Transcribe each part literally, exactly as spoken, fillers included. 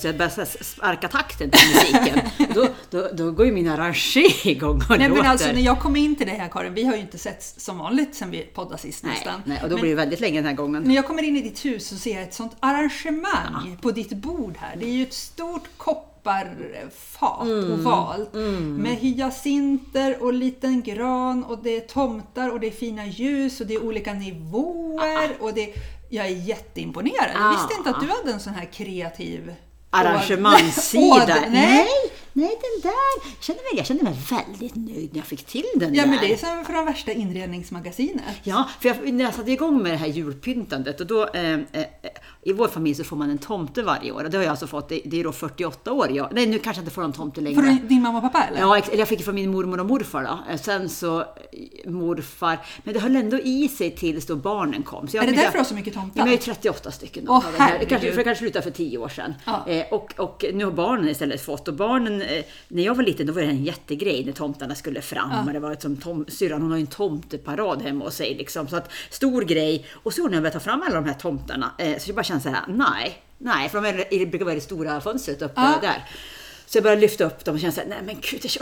så jag börjar sparka takten till musiken. då, då, då går ju min arrangé igång och Nej, låter. men alltså när jag kom in till det här, Karin, vi har ju inte sett som vanligt sen vi poddade sist nej, nästan. Nej, och då men blir det väldigt länge den här gången. När jag kommer in i ditt hus så ser jag ett sånt arrangemang ja. på ditt bord här. Det är ju ett stort kopparfat, mm, ovalt, mm. med hyacinter och liten gran och det är tomtar och det är fina ljus och det är olika nivåer ah. och det, jag är jätteimponerad. Jag visste inte att du hade en sån här kreativ arrangemangssida. Nej, nej, den där. Jag kände, mig, jag kände mig väldigt nöjd när jag fick till den ja, där. Men det är som för de värsta inredningsmagasinet. Ja, för jag, när jag satte igång med det här julpyntandet och då eh, eh, i vår familj så får man en tomte varje år. Och det har jag alltså fått, det, det är då fyrtioåtta år. Jag, nej, nu kanske jag inte får en tomte längre. Får din mamma och pappa eller? Ja, jag fick från min mormor och morfar då. Sen så morfar, men det höll ändå i sig tills då barnen kom. Så jag, är det därför jag, du har så mycket tomtar? Jag är ju trettioåtta stycken då. Åh, det kanske, för det kanske slutade för tio år sedan. Ja. Eh, och, och nu har barnen istället fått. Och barnen, eh, när jag var liten då var det en jättegrej när tomtarna skulle fram. Ja. Och det var ett som tom, syrran, hon har ju en tomteparad hemma hos sig liksom. Så att stor grej. Och så när jag började ta fram alla de här tomtarna eh, så jag bara kände så här, nej, nej. För de är, det brukar vara det stora fönstret uppe ja. där. Så jag började lyfta upp dem och kände så här, nej men gud, det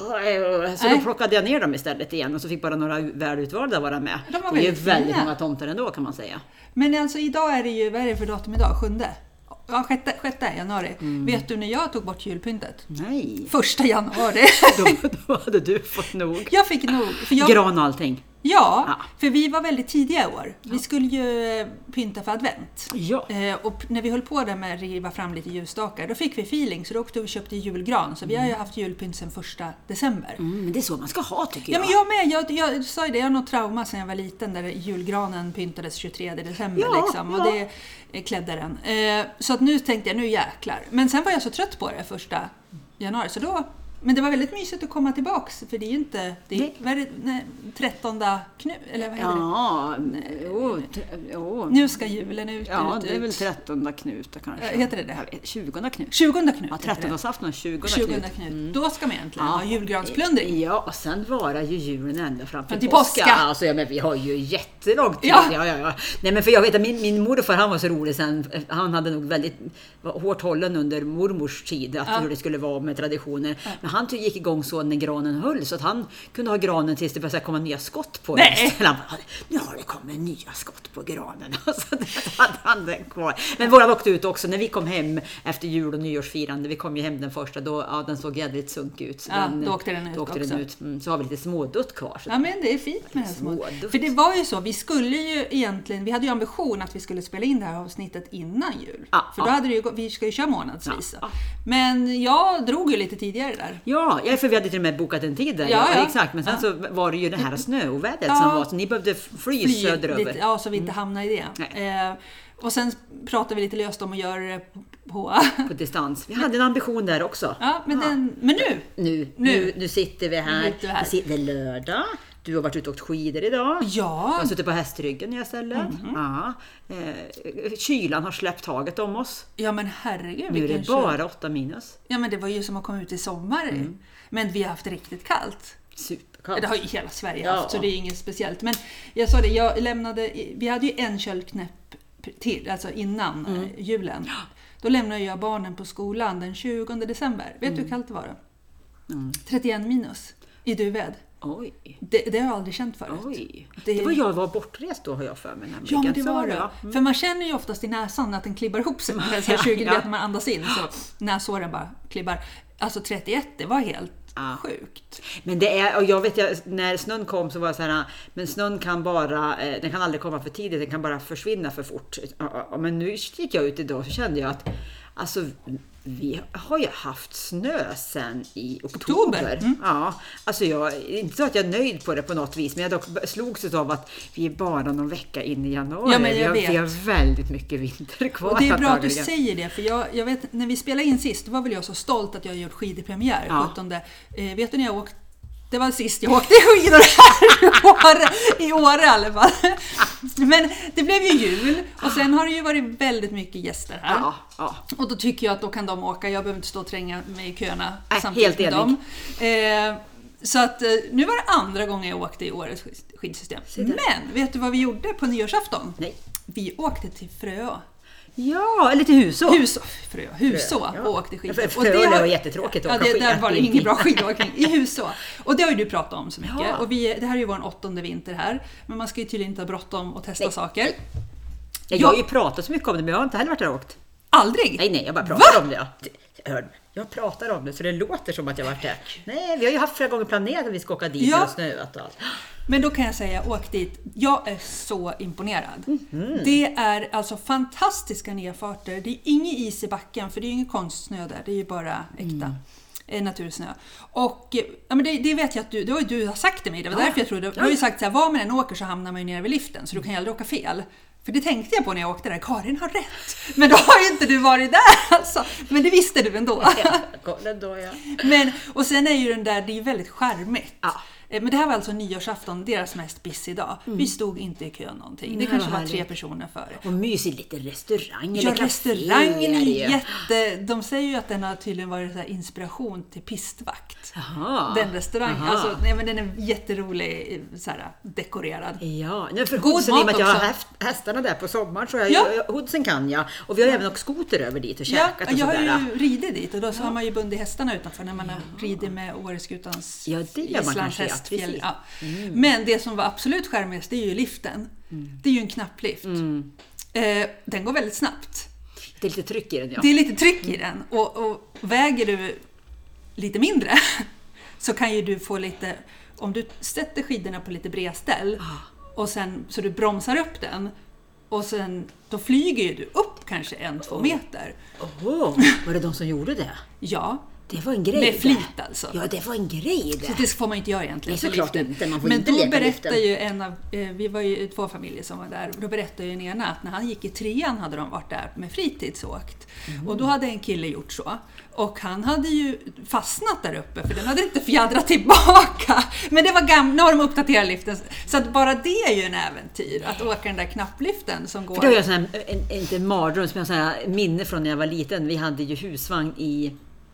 är så. Så då plockade jag ner dem istället igen och så fick bara några välutvalda vara med. De var det är ju väldigt många tomtar ändå kan man säga. Men alltså idag är det ju, vad är det för datum idag? Sjunde? Ja, sjätte, sjätte januari. Mm. Vet du när jag tog bort julpyntet? Nej. Första januari. då, då hade du fått nog. Jag fick nog. För jag... Gran och allting. Ja, ja, för vi var väldigt tidiga i år. Vi ja. skulle ju pynta för advent. Ja. Eh, och när vi höll på där med att riva fram lite ljusstakar, då fick vi feeling. Så då åkte vi och köpte julgran. Så mm. vi har ju haft julpynt sedan första december. Mm, men det är så man ska ha tycker jag. Ja, men jag med. Jag, jag sa ju det, jag har något trauma sedan jag var liten. Där julgranen pyntades tjugotredje december ja, liksom. Och ja. det klädde den. Eh, så att nu tänkte jag, nu jäklar. Men sen var jag så trött på det första januari. Så då... Men det var väldigt mysigt att komma tillbaks för det är ju inte det är, vad är det, nej, trettonde knut eller vad heter ja, det? Jo, jo. Nu ska julen ut. Ja, ut, det är väl ut. trettonde knut kanske. Heter det det? tjugonde knut. tjugonde knut. Ja, trettonde afton och tjugonde knut. knut. Mm. Då ska man egentligen ja. ha julgransplundring. Ja, och sen varar ju julen ända fram till, till påska. påska. Alltså, ja, men vi har ju jättelång tid. Ja. Ja, ja, ja. Nej, men för jag vet att min, min morfar, han var så rolig sen. Han hade nog väldigt var hårt hållen under mormors tid att ja. hur det skulle vara med traditioner. Ja. Men han gick igång så när granen höll så att han kunde ha granen tills det började komma nya skott på Nej. den. Han bara, nu har det kommit nya skott på granen. Så hade han den kvar. Men våra åkte ut också när vi kom hem efter jul- och nyårsfirande. Vi kom ju hem den första, då ja, den såg jädrigt sunk ut. Så ja, den, då åkte den ut då åkte också. Den ut. Mm, så har vi lite smådutt kvar. Så ja, men det är fint med smådutt. För det var ju så, vi skulle ju egentligen, vi hade ju ambition att vi skulle spela in det här avsnittet innan jul. Ja, för då ja. hade det ju, vi ska ju köra månadsvis. Ja, ja. Men jag drog ju lite tidigare där. Ja, för vi hade till och med bokat en tid där. Ja, ja. Exakt. Men sen ja. så var det ju det här snöovädret ja. som var, så ni behövde fly, fly söderöver. Lite, ja, så vi inte mm. hamnar i det. Eh, och sen pratade vi lite löst om att göra det på... på distans. Vi hade en ambition där också. Ja, men, ja. Den, men nu. Nu, nu, nu, nu sitter vi här. Vi här. Det är lördag. Du har varit ute och åkt skidor idag. Ja. Jag har suttit på hästryggen jag ställer. Mm-hmm. Ja. Eh, kylan har släppt taget om oss. Ja, men herregud. Nu är det bara åtta minus. Ja, men det var ju som att komma ut i sommar. Mm. Men vi har haft riktigt kallt. Superkallt. Det har ju hela Sverige ja. haft, så det är inget speciellt. Men jag sa det, jag lämnade, vi hade ju en köldknäpp till, alltså innan mm. julen. Ja. Då lämnade jag barnen på skolan den tjugonde december. Vet mm. du hur kallt det var då? Mm. trettioen minus i Duved. Oj. Det, det har jag aldrig känt förut. Oj. Det, det var jag var bortrest då har jag för mig. Ja, men det var det. Mm. För man känner ju oftast i näsan att den klibbar ihop sig. Man ja, tjugo ja. när man andas in så näsåren bara klibbar. Alltså trettioett, det var helt ja. sjukt. Men det är, och jag vet jag, när snön kom så var det så här, men snön kan bara, den kan aldrig komma för tidigt, den kan bara försvinna för fort. Men nu gick jag ut idag så kände jag att alltså vi har ju haft snö sen i oktober. oktober. Mm. Ja, alltså jag inte så att jag är nöjd på det på något vis, men jag dock slogs av att vi är bara någon vecka in i januari. Ja, men jag vi, vet. har, vi har väldigt mycket vinter kvar. Och det är bra att du säger det, för jag, jag vet, när vi spelade in sist, då var väl jag så stolt att jag gjort skidpremiär. Ja. sjuttonde Eh, vet du när jag åkte? Det var sist jag åkte skidor här i år i alla fall. Men det blev ju jul och sen har det ju varit väldigt mycket gäster här. Ja, ja. Och då tycker jag att då kan de åka. Jag behöver inte stå och tränga mig i köerna äh, samtidigt helt med dem. Eh, så att eh, nu var det andra gången jag åkte i årets skidsystem. Men vet du vad vi gjorde på nyårsafton? Nej. Vi åkte till Fröå. Ja, eller till Huså. Huså, Frö, Huså ja. Och åkte skidor. Frö, Frö, och det var jättetråkigt att ja, åka det, skidor. Där var det ingen bra skidåkning i Huså. Och det har ju du pratat om så mycket. Ja. Och vi, det här är ju vår åttonde vinter här. Men man ska ju tydligen inte ha bråttom och testa nej, saker. Nej. Jag, jag har ju pratat så mycket om det, men jag har inte heller varit där och åkt. Aldrig? Nej, nej, jag bara pratar Va? om det. Jag, hör, jag pratar om det, så det låter som att jag har varit där. Nej, vi har ju haft flera gånger planerat att vi ska åka dit ja. och snöat och allt. Men då kan jag säga, åk dit. Jag är så imponerad. Mm-hmm. Det är alltså fantastiska nedfarter. Det är ingen is i backen, för det är ju ingen konstsnö där. Det är ju bara äkta mm. natursnö. Och ja, men det, det vet jag att du, det har ju du har sagt till mig. Det var ja. därför jag trodde. Du har ju sagt så här, var man än åker så hamnar man ju nere vid liften. Så du kan ju aldrig åka fel. För det tänkte jag på när jag åkte där. Karin har rätt. Men då har ju inte du varit där alltså. Men det visste du ändå. Ja, ändå ja. Men, och sen är ju den där, det är ju väldigt charmigt. Ja. Men det här var alltså nyårsafton, deras mest busy dag. Mm. Vi stod inte i kö någonting. Det, det kanske var, var tre personer före. Och mysigt lite restaurang eller ja, café. Restaurangen är jätte... De säger ju att den har tydligen varit så här inspiration till pistvakt. Aha. Den restaurangen. Alltså, nej, men den är jätterolig, så här, dekorerad. Ja, nej, för Hoodsen, i och med att jag har haft hästarna där på sommaren, så jag, ja. Hoodsen kan jag. Och vi har ja. även åkt skoter över dit och käkat ja, och jag sådär. Jag har ju ridit dit och då så ja. har man ju bundit hästarna utanför när man ja. har ridit med Åreskutans ja, det gör man kanske. Fjäll, ja. mm. Men det som var absolut skärmigast, det är ju liften. Mm. Det är ju en knapplift. Mm. Eh, den går väldigt snabbt. Det är lite tryck i den, ja. Det är lite tryck i den. Och, och väger du lite mindre så kan ju du få lite... Om du sätter skidorna på lite bredställ och sen så du bromsar upp den och sen då flyger ju du upp kanske en, två meter. Oh, var det de som gjorde det? Ja. Det var en grej. Med flit alltså. Ja, det var en grej det. Så det får man inte göra egentligen. Nej, såklart inte. Man får Men inte då leka berättar liften. ju en av, eh, vi var ju två familjer som var där. Då berättade ju en ena att när han gick i trean hade de varit där med fritidsåkt. Mm. Och då hade en kille gjort så. Och han hade ju fastnat där uppe för den hade inte fjädrat tillbaka. Men det var gammalt, nu har de uppdaterat liften. Så att bara det är ju en äventyr. Att åka den där knappliften som går... För det var ju sån här, en, inte en mardröm, som jag säger, minne från när jag var liten. Vi hade ju husvagn i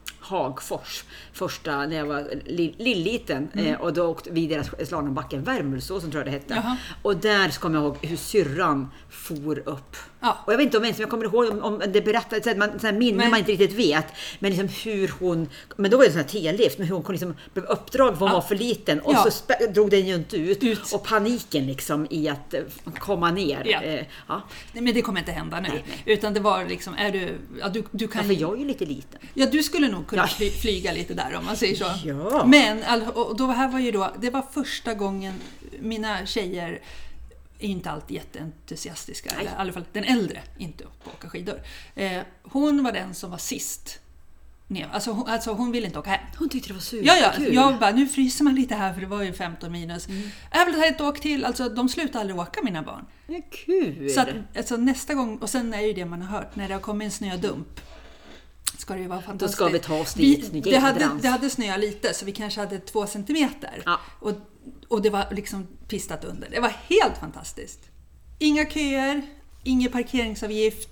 Hagfors första när jag var lilliten mm. eh, och då åkte vi deras slalombacken Värmelsåsen tror jag det hette. Jaha. Och där ska jag ihåg hur syrran for upp. Ja. Och jag vet inte om ens jag kommer ihåg om, om det berättade så man så här minne men, man inte riktigt vet, men liksom hur hon, men då var det en sån här T-lift, men hur hon kom liksom blev uppdrag för hon ja. var för liten och ja. så spä- drog den ju inte ut, ut och paniken liksom i att komma ner. Ja. Eh, ja. Nej, men det kommer inte hända nu. Nej, nej. Utan det var liksom är du ja, du du kan ja, för jag är ju lite liten. Ja, du skulle nog kunna fly, flyga lite där om man säger så. Ja. Men och då här var ju då det var första gången mina tjejer är inte alltid jätteentusiastiska, eller i alla fall den äldre inte på att åka skidor. Eh, hon var den som var sist ner. Alltså hon, alltså hon ville inte åka hem. Hon tyckte det var super ja, ja, kul. Jag bara, nu fryser man lite här för det var ju femton minus. Mm. Jag vill ha ett åk till. Alltså de slutar aldrig åka, mina barn. Det är kul. Så att, alltså, nästa gång, och sen är ju det man har hört, när det har kommit en snödump ska det ju vara fantastiskt. Då ska vi ta oss dit. Vi, det, hade, det hade snöat lite så vi kanske hade två centimeter. Ja. Och, och det var liksom pistat under. Det var helt fantastiskt. Inga köer, ingen parkeringsavgift.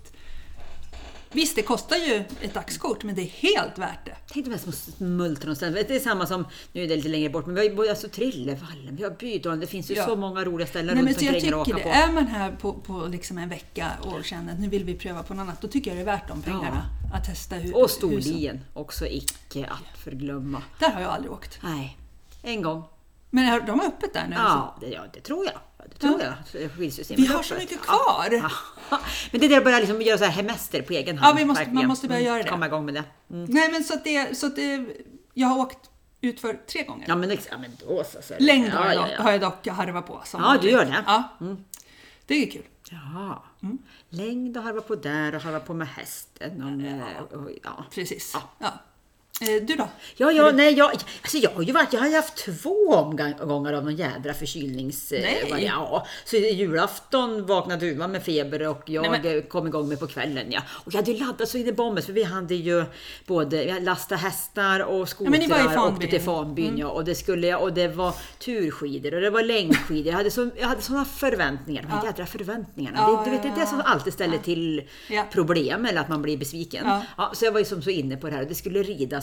Visst, det kostar ju ett dagskort, men det är helt värt det. Tänk de här små smultron och ställen. Det är samma som, nu är det lite längre bort, men vi har ju både alltså Trillevallen, vi har Bydalen, det finns ju ja. så många roliga ställen Nej, runt omkring att åka det. på. Är man här på, på liksom en vecka och känner att nu vill vi pröva på något annat, då tycker jag det är värt de pengarna ja. att testa hur. Och Storlien, också icke att förglömma. Där har jag aldrig åkt. Nej, en gång. Men de är öppet där nu? Ja, det, ja, det tror jag. Det tror ja. jag. Vi har så mycket kvar. Ja. Ja. Men det är att börja liksom göra så här hemester på egen hand. Ja, vi måste, man måste börja göra det. Komma igång med det. Mm. Nej, men så att det, så att det, jag har åkt ut för tre gånger. Ja, men, ja, men då så. så Längd ja, har, ja, jag, ja. har jag dock harva på. Som ja, du gör det. Ja, mm. Det är kul. Ja, mm. längd och harva på där och harva på med hästen. Och med, och, ja. Precis. Ja. Ja. Du då? Ja, ja, nej, jag, alltså jag har ju varit, jag har haft två omgångar av någon jädra förkylnings... Nej. Ja, så julafton vaknade du med feber och jag nej, men... kom igång med på kvällen, ja. Och jag hade laddat så in i bomben för vi hade ju både, vi lastade hästar och skotrar och åkte till Fanbyn, mm. ja. Och det skulle jag, och det var turskidor och det var längdskidor. Jag hade, så, jag hade sådana förväntningar, de ja. jädra förväntningarna. Ja, det, du vet, det är det som alltid ställer till ja. problem eller att man blir besviken. Ja. Ja, så jag var ju som så inne på det här och det skulle ridas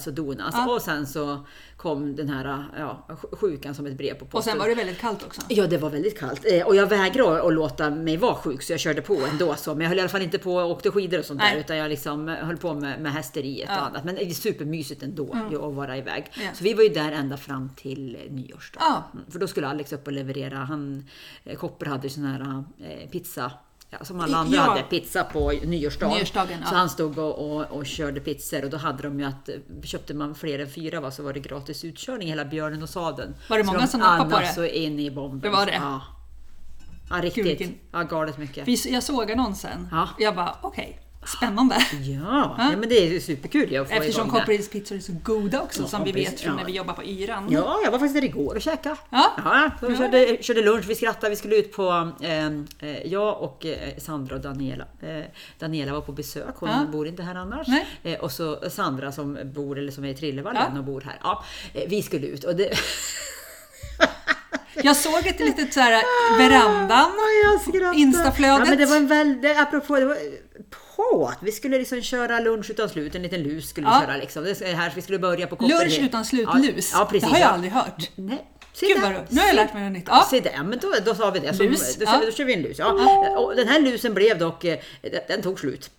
och donas. Ja. Och sen så kom den här ja, sjukan som ett brev på posten. Och sen var det väldigt kallt också. Ja, det var väldigt kallt. Och jag vägrade att låta mig vara sjuk, så jag körde på ändå. Så. Men jag höll i alla fall inte på och åkte skidor och sånt Nej. där. Utan jag liksom höll på med, med hästeriet ja. och annat. Men det är supermysigt ändå mm. att vara iväg. Ja. Så vi var ju där ända fram till nyårsdag. Ja. Mm. För då skulle Alex upp och leverera. Han, Kopper hade sån här eh, pizza. Ja, som alla andra ja. hade pizza på nyårsdagen. nyårsdagen ja. Så han stod och, och, och körde pizzor. Och då hade de ju att, köpte man fler än fyra va, så var det gratis utkörning hela Björnen och sadeln. Var det så många de som nappade på det? Så in i bomben. Det var det? Ja, ja riktigt. Ja, galet mycket. Jag såg annonsen. Ja. Jag bara, okej. Okay. Spännande. Ja, ja, men det är superkul att få Eftersom Koppareds pizzor är så goda också, ja, som vi vet från ja. när vi jobbar på Yran. Ja, jag var faktiskt där igår och käkade. Ja. Ja, vi körde, körde lunch, vi skrattade, vi skulle ut på eh, jag och eh, Sandra och Daniela. Eh, Daniela var på besök, hon ja. bor inte här annars. Eh, och så Sandra som bor, eller som är i Trillevallen ja. och bor här. Ja, eh, vi skulle ut och det... Jag såg ett litet så här verandan, Instaflödet. Ja, men det var en väldigt, apropå, det var på att vi skulle liksom köra lunch utan slut, en liten lus skulle vi ja. köra liksom. Det är här vi skulle börja på Kopparhed. Lunch utan slutlus, ja, ja, precis, det har jag ja. aldrig hört. Nej. Gud vad, nu har jag lärt mig något nytt. Ja. Se det, men då, då sa vi det. Som, lus. Då, ja. då kör vi en lus. Ja. Ja. Och den här lusen blev dock, den tog slut.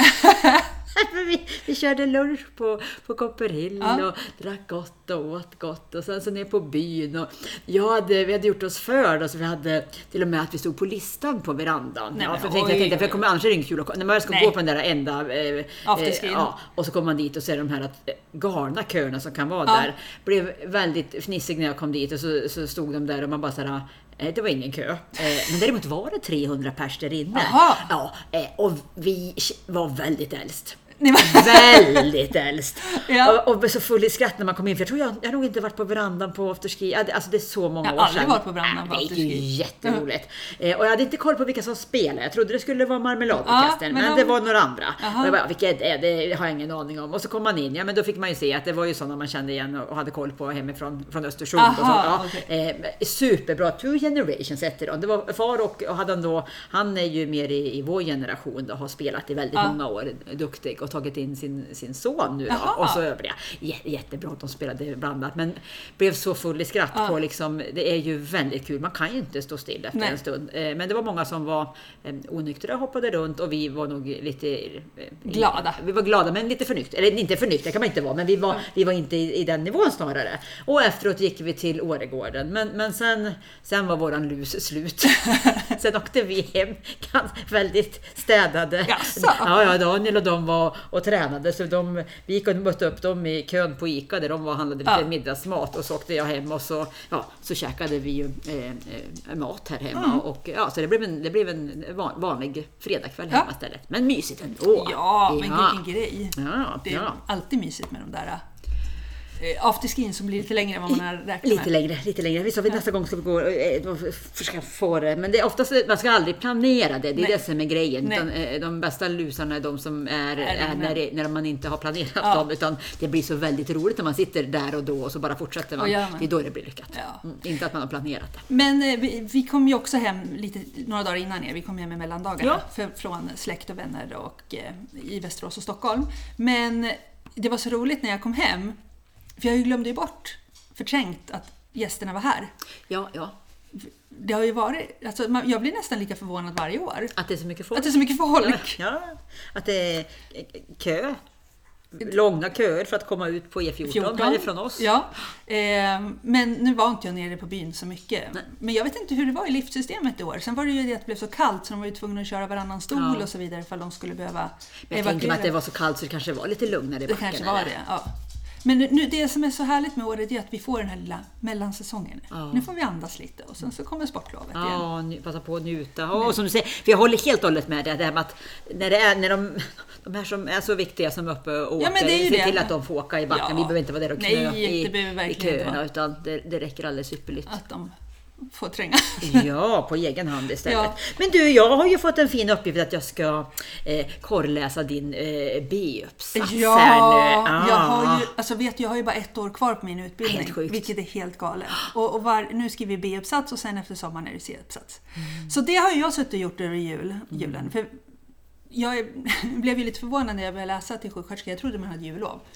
vi, vi körde lunch på, på Kopparhill ja. och drack gott och åt gott. Och sen så ner på byn. Och jag hade, vi hade gjort oss för då, så vi hade till och med att vi stod på listan på verandan. Nej, ja, för jag tänkte, jag tänkte, för jag kommer annars ringa kul och när man ska Nej. gå på den där enda eh, eh, ja, och så kommer man dit och ser de här att, eh, galna köerna som kan vara ja. där. Blev väldigt fnissig när jag kom dit och så, så stod de där och man bara såhär, det var ingen kö. Men däremot var det trehundra pers där inne. Aha. Ja, och vi var väldigt äldst. Var... väldigt äldst. Ja. Och, och så full i skratt när man kom in. För jag tror jag, jag har nog inte varit på verandan på afterski. Alltså det är så många jag år sedan. Jag har aldrig varit på verandan på afterski. Det är ju jätteroligt. Mm. Och jag hade inte koll på vilka som spelade. Jag trodde det skulle vara Marmeladorkestern. Ja, men men de... det var några andra. Aha. Och jag bara, vilka är det? Det har jag ingen aning om. Och så kom man in. Ja, men då fick man ju se att det var ju sådana man kände igen och hade koll på hemifrån från Östersund. Aha, och så. Ja, okay. eh, superbra. Two generations heter det. Det var far och, och hade han då, han är ju mer i, i vår generation och har spelat i väldigt ja. många år. Duktig och tagit in sin sin son nu då. Och så övriga. J- jättebra att de spelade blandat, men blev så full i skratt ja. på liksom, det är ju väldigt kul. Man kan ju inte stå still efter Nej. en stund. Men det var många som var onyktra, hoppade runt och vi var nog lite glada. Vi var glada, men lite förnyktra. Eller inte förnyktra kan man inte vara, men vi var, mm. vi var inte i, i den nivån snarare. Och efteråt gick vi till Åregården. Men, men sen, sen var våran lus slut. Sen åkte vi hem väldigt städade. Jaså. Ja, ja, Daniel och de var och tränade. Så de, vi gick och mötte upp dem i kön på Ica där de var och handlade lite ja. middagsmat och så åkte jag hem och så, ja, så käkade vi ju eh, eh, mat här hemma mm. och ja, så det blev en, det blev en van, vanlig fredagkväll hemma ja. istället. Men mysigt ändå. Ja, men ja. vilken grej. Ja, det är ja. alltid mysigt med de där afterskin som blir lite längre än vad man har räknat lite med. Längre, lite längre. Vi sa att nästa gång ska vi gå och försöka få det. Men det är oftast, man ska aldrig planera det. Det är Nej. det som är grejen. Utan, de bästa lusarna är de som är, är, är när, det, när man inte har planerat ja. dem. Utan det blir så väldigt roligt när man sitter där och då och så bara fortsätter man. Det är då det blir lyckat. Ja. Mm, inte att man har planerat det. Men vi, vi kom ju också hem lite, några dagar innan er. Vi kom hem i mellandagarna ja. för, från släkt och vänner och, eh, i Västerås och Stockholm. Men det var så roligt när jag kom hem. För jag glömde ju bort, förträngt att gästerna var här. Ja, ja. Det har ju varit, alltså, man, jag blir nästan lika förvånad varje år. Att det är så mycket folk. Att det är så mycket folk. Ja, ja. Att det är kö. Långa köer för att komma ut på E fjorton, fjorton. Härifrån oss. Ja, eh, men nu var inte jag nere på byn så mycket. Nej. Men jag vet inte hur det var i liftsystemet i år. Sen var det ju det att det blev så kallt så de var ju tvungna att köra varannan stol ja. och så vidare ifall de skulle behöva men jag tänker mig att det var så kallt så det kanske var lite lugnare i backen. Det kanske var eller? det, ja. Men nu, det som är så härligt med året är att vi får den här lilla mellansäsongen. Ja. Nu får vi andas lite och sen så kommer sportlovet ja, igen. Ja, passa på att njuta. Och, och som du säger, för jag håller helt och hållet med det, det här med att när, det är, när de, de här som är så viktiga som är uppe och åker, ja, se det. till att de får åka i backen. Ja. Vi behöver inte vara där och knö Nej, i, i köerna, utan det, det räcker alldeles ypperligt. Att de får tränga. Ja, på egen hand istället. Ja. Men du, jag har ju fått en fin uppgift att jag ska eh, korrläsa din eh, B-uppsats ja, här nu. Ah. Jag har ju, alltså vet jag har ju bara ett år kvar på min utbildning, vilket är helt galet. Och, och var, nu skriver vi B-uppsats och sen efter sommaren är det C-uppsats. Mm. Så det har jag suttit och gjort över jul, julen. Mm. För jag är, blev ju lite förvånad när jag började läsa till sjuksköterska. Jag trodde man hade jullov.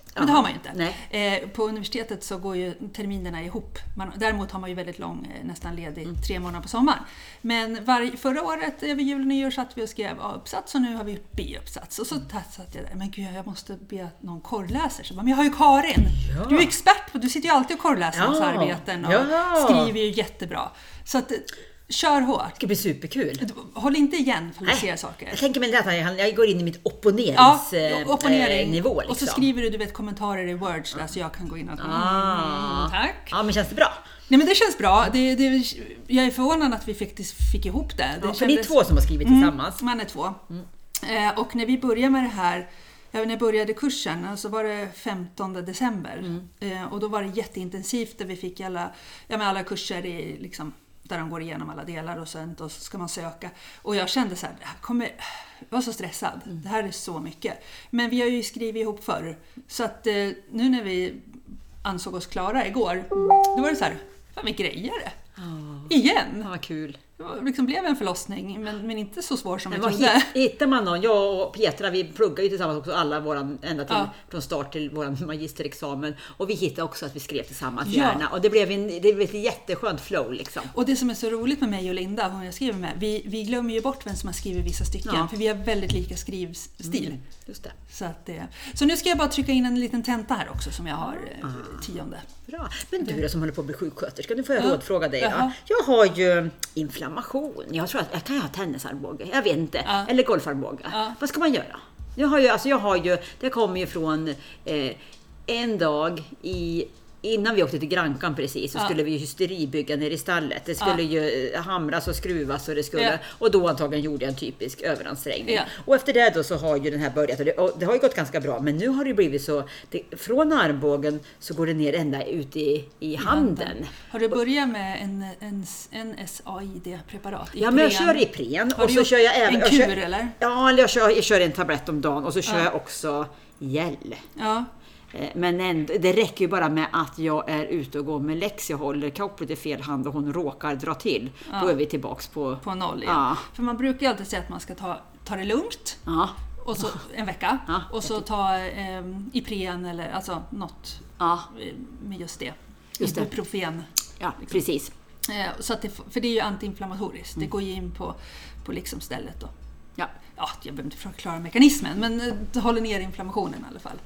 Men det har man ju inte. Nej. Eh, på universitetet så går ju terminerna ihop. Man, däremot har man ju väldigt lång, eh, nästan ledig, mm. tre månader på sommaren. Men var, förra året över jul och nyår satt vi och skrev A-uppsats och nu har vi gjort B-uppsats. Och så satt jag där, men gud jag måste be att någon korrläser. Så bara, men jag har ju Karin. Ja. Du är expert på, du sitter ju alltid och korrläser hans ja. arbeten och ja. skriver ju jättebra. Så att kör hårt. Det ska bli superkul. Håll inte igen för att se saker. Jag tänker mig att jag, jag går in i mitt opponerings ja, opponering. nivå. Liksom. Och så skriver du, du vet, kommentarer i Words där, så jag kan gå in och... Ah. Mm, tack. Ja, men känns det bra? Nej, men det känns bra. Det, det, jag är förvånad att vi faktiskt fick ihop det. det ja, för det är två som har skrivit tillsammans. Mm, man är två. Mm. Eh, och när vi började med det här, ja, när jag började kursen så var det femtonde december. Mm. Eh, och då var det jätteintensivt där vi fick alla, ja, med alla kurser i liksom... där de går igenom alla delar och sen och så ska man söka. Och jag kände så här, det här kommer, jag var så stressad. Mm. Det här är så mycket. Men vi har ju skrivit ihop förr. Så att eh, nu när vi ansåg oss klara igår, då var det så här, vad mycket grejer det. Oh. Igen. Ja, vad kul. Det liksom blev en förlossning, men, men inte så svår som men jag trodde. Hittar man någon? Jag och Petra, vi pluggar ju tillsammans också alla våran, ända till, ja. från start till våran magisterexamen. Och vi hittade också att vi skrev tillsammans ja. gärna. Och det blev, en, det blev ett jätteskönt flow liksom. Och det som är så roligt med mig och Linda, hon jag skriver med, vi, vi glömmer ju bort vem som har skrivit vissa stycken. Ja. För vi har väldigt lika skrivstil. Mm, just det. Så, att det, så nu ska jag bara trycka in en liten tenta här också som jag har ah. tionde. Bra. Men du då som håller på att bli sjuksköterska, nu får jag ja. rådfråga dig då. Jag har ju inflammation. Jag tror att jag kan ha tennisarmbåge. Jag vet inte. Ja. Eller golfarmbåge. Ja. Vad ska man göra? Jag har ju, alltså jag har ju, det kommer ju från eh, en dag i innan vi åkte till Grankan precis så ja. skulle vi ju hysteri bygga ner i stallet. Det skulle ja. ju hamras och skruvas och det skulle ja. och då antagligen gjorde jag en typisk överansträngning. Ja. Och efter det då så har ju den här börjat och det, och det har ju gått ganska bra, men nu har det blivit så det, från armbågen så går det ner ända ut i, i handen. Har du börjat med en, en, en S A I D-preparat? Ja, men jag kör Ipren och så kör jag även en kur kör, eller? Ja, jag kör, jag kör en tablett om dagen och så kör ja. jag också gel. Ja. Men ändå, det räcker ju bara med att jag är ute och går med läx. Jag håller kopplet i fel hand och hon råkar dra till. Ja. Då är vi tillbaks på, på noll. Ja. Ja. För man brukar ju alltid säga att man ska ta, ta det lugnt. Ja. Och så en vecka. Ja. Och så ta eh, Ipren eller alltså något ja. med just det. Just det. Ibuprofen. Ja, liksom. Precis. Eh, så att det, för det är ju antiinflammatoriskt. Mm. Det går ju in på, på liksom stället då. Ja. Ja, jag behöver inte förklara mekanismen, men det håller ner inflammationen i alla fall.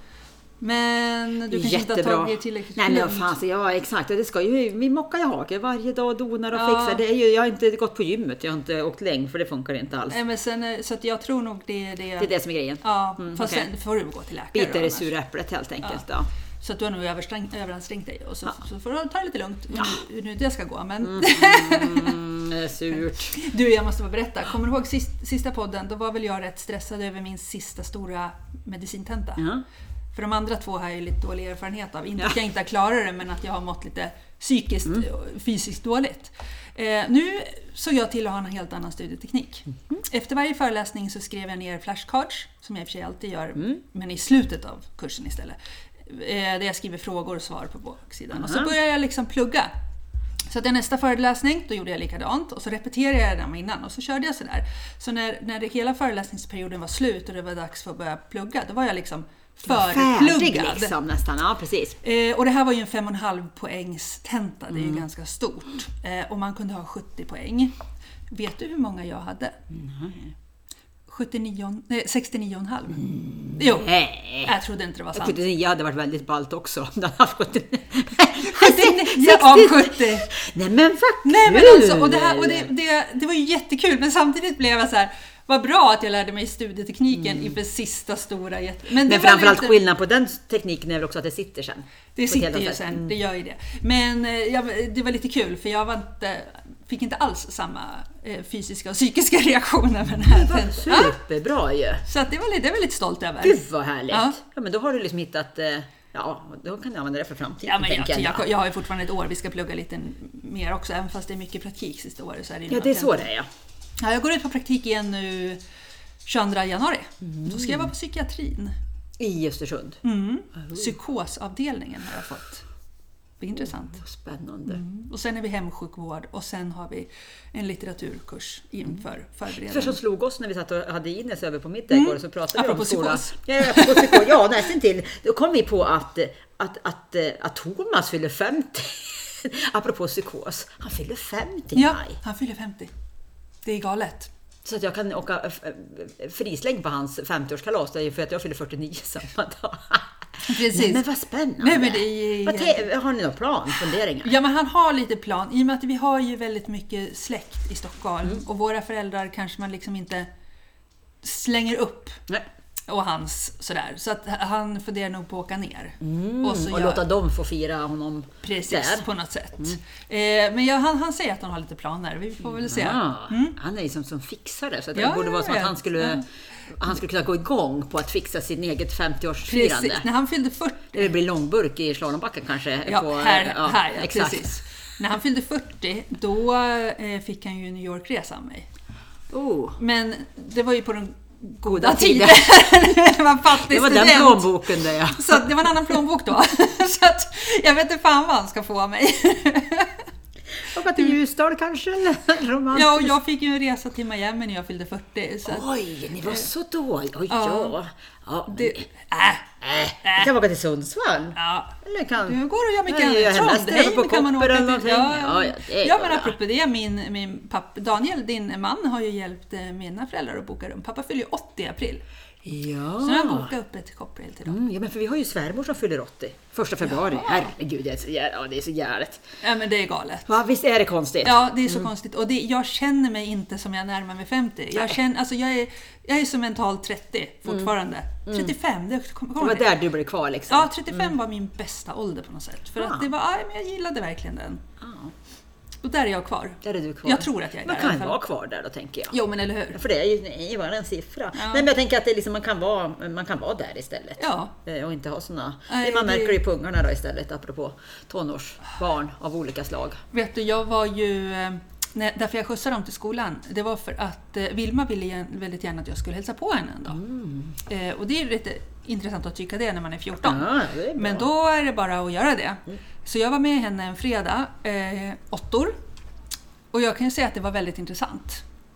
Men du kanske inte har tagit tillräckligt Nej, men fan, så ja, exakt. Det ska ju, vi mockar ju hake varje dag, donar och ja. fixar. Det är ju, jag har inte gått på gymmet, jag har inte åkt längd för det funkar inte alls. Nej, men sen, så att jag tror nog det är det. Det är det som är grejen. Ja, mm, fast okay. sen får du gå till läkare. Bitar i sura äpplet helt enkelt. Ja. Ja. Så att du har nog överansträngt dig och så, ja. så får du ta det lite lugnt ja. hur nu det ska gå. Men... Mm, det är surt. Du, jag måste bara berätta. Kommer du ihåg sist, sista podden? Då var väl jag rätt stressad över min sista stora medicintenta. Ja. För de andra två har jag ju lite dålig erfarenhet av. Inte att jag inte har klarat det, men att jag har mått lite psykiskt och mm. fysiskt dåligt. Eh, nu såg jag till att ha en helt annan studieteknik. Mm. Efter varje föreläsning så skrev jag ner flashcards, som jag i och för sig alltid gör, mm. men i slutet av kursen istället. Eh, där jag skriver frågor och svar på baksidan. Mm. Och så började jag liksom plugga. Så att nästa föreläsning, då gjorde jag likadant och så repeterade jag den innan och så körde jag sådär. Så när, när det hela föreläsningsperioden var slut och det var dags för att börja plugga, då var jag liksom förpluggad. Liksom, nästan. Ja, precis. Eh, och det här var ju en fem och en halv poängs tenta, det är mm. ju ganska stort. Eh, och man kunde ha sjuttio poäng. Vet du hur många jag hade? Mm. sjuttionio, nej, sextionio och en halv. Mm. Jo, nej. Jag trodde inte det var sant. sjuttionio hade varit väldigt ballt också. sjuttionio av sjuttio. Nej men vad Nej, men alltså, och det, här, och det, det, det var ju jättekul, men samtidigt blev jag så här, vad bra att jag lärde mig studietekniken mm. inför sista stora jätte... Men, men framförallt lite... skillnad på den tekniken är väl också att det sitter sen. Det sitter ju sen, mm. det gör ju det. Men ja, det var lite kul för jag var inte, fick inte alls samma eh, fysiska och psykiska reaktioner med den här tentan. Superbra ju! Så att det var lite, det var lite stolt över. Gud vad härligt! Ja. Ja, men då har du liksom hittat... Eh... Ja, då kan jag använda det för framtiden. Ja, men jag, jag, jag, jag har ju fortfarande ett år, vi ska plugga lite mer också, även fast det är mycket praktik sista året. Så är det ja, det är så det är, ja. Ja, jag går ut på praktik igen nu tjugoandra januari. Mm. Då ska jag vara på psykiatrin. I Östersund? Mm. Oh. Psykosavdelningen har jag fått Superintressant. Oh, spännande. Mm. Och sen är vi hemsjukvård och sen har vi en litteraturkurs inför förberedande. För som slog oss när vi satt och hade Ines över på middag igår, mm. så pratade apropå vi om skolan. psykos. Ja, apropå psykos. Ja, nästan till. Då kom vi på att, att, att, att Thomas fyller femtio. Apropå psykos. Han fyller femtio i ja, maj. Han fyller femtio. Det är galet. Så att jag kan åka frisläng på hans femtioårskalas, det är ju för att jag fyller fyrtionio samma dag. Precis. Nej, men vad spännande. Nej, men det är... vad te- har ni någon plan, funderingar? Ja, men han har lite plan. I och med att vi har ju väldigt mycket släkt i Stockholm. Mm. Och våra föräldrar kanske man liksom inte slänger upp. Nej. Och hans sådär. Så att han funderar nog på att åka ner. Mm, och så och gör... låta dem få fira honom. Precis, där. På något sätt. Mm. Eh, men ja, han, han säger att han har lite planer. Vi får väl se. Ja, mm. Han är ju som, som fixare. Så att ja, det borde vara som att han skulle, ja. han skulle kunna gå igång på att fixa sin eget femtioårsfirande. Precis, när han fyllde fyrtio. Det blir långburk i slalombacken kanske. Ja, på, här, ja, här ja, exakt. precis. När han fyllde fyrtio, då eh, fick han ju New York-resa av mig. Oh. Men det var ju på den goda, goda tider. Det var fattig Det var student. den plånboken där, ja. Så det var en annan plånbok då. Så att jag vet inte fan vad han ska få av mig. Åka till Ljusdal kanske? Romantiskt. Ja, och jag fick ju en resa till Miami när jag fyllde fyrtio. Så att, oj, ni var så dåliga. Oj, ja. ja. ja det, äh, äh, vi kan åka till Sundsvall. Ja. Eller kan... Du går och gör mycket Nej, annat. Trondheim kan man åka till. Ja, ja, ja, det ja men apropå det, min, min pappa Daniel, din man, har ju hjälpt mina föräldrar att boka rum. Pappa fyller ju åttio i april. Ja. Så jag bokade upp ett cocktail till dem. Mm, ja, men för vi har ju svärmor som fyller åttio. Första februari. Ja. Herregud, det är så jävligt. Ja, det är så jävligt. Ja, men det är galet. Ja, visst är det konstigt. Ja, det är så mm. konstigt. Och det, jag känner mig inte som jag närmar mig femtio. Jag, känner, alltså jag, är, jag är så mentalt trettio fortfarande. Mm. trettiofem, det, kom, kom det var där du blev kvar liksom. Ja, trettiofem mm. var min bästa ålder på något sätt. För ja. att det var, ja, men jag gillade verkligen den. Ja. Och där är jag kvar. Där är du kvar. Jag tror att jag är man där. Man kan vara kvar där då, tänker jag. Jo, men eller hur? För det är ju, det är ju bara en siffra. Ja. Nej, men jag tänker att det liksom, man, kan vara, man kan vara där istället. Ja. Och inte ha såna... Nej, man märker det... ju på ungarna då istället, apropå tonårsbarn av olika slag. Vet du, jag var ju... Nej, därför jag skjutsade dem till skolan, det var för att eh, Vilma ville väldigt gärna att jag skulle hälsa på henne en dag. Mm. Eh, och det är lite intressant att tycka det när man är fjorton. Ja, det är men då är det bara att göra det. Mm. Så jag var med henne en fredag, eh, åttor. Och jag kan ju säga att det var väldigt intressant.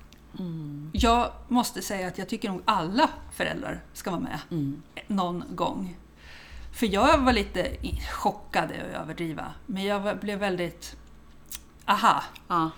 Mm. Jag måste säga att jag tycker nog alla föräldrar ska vara med mm. någon gång. För jag var lite chockad att överdriva. Men jag var, blev väldigt... Aha. Ja.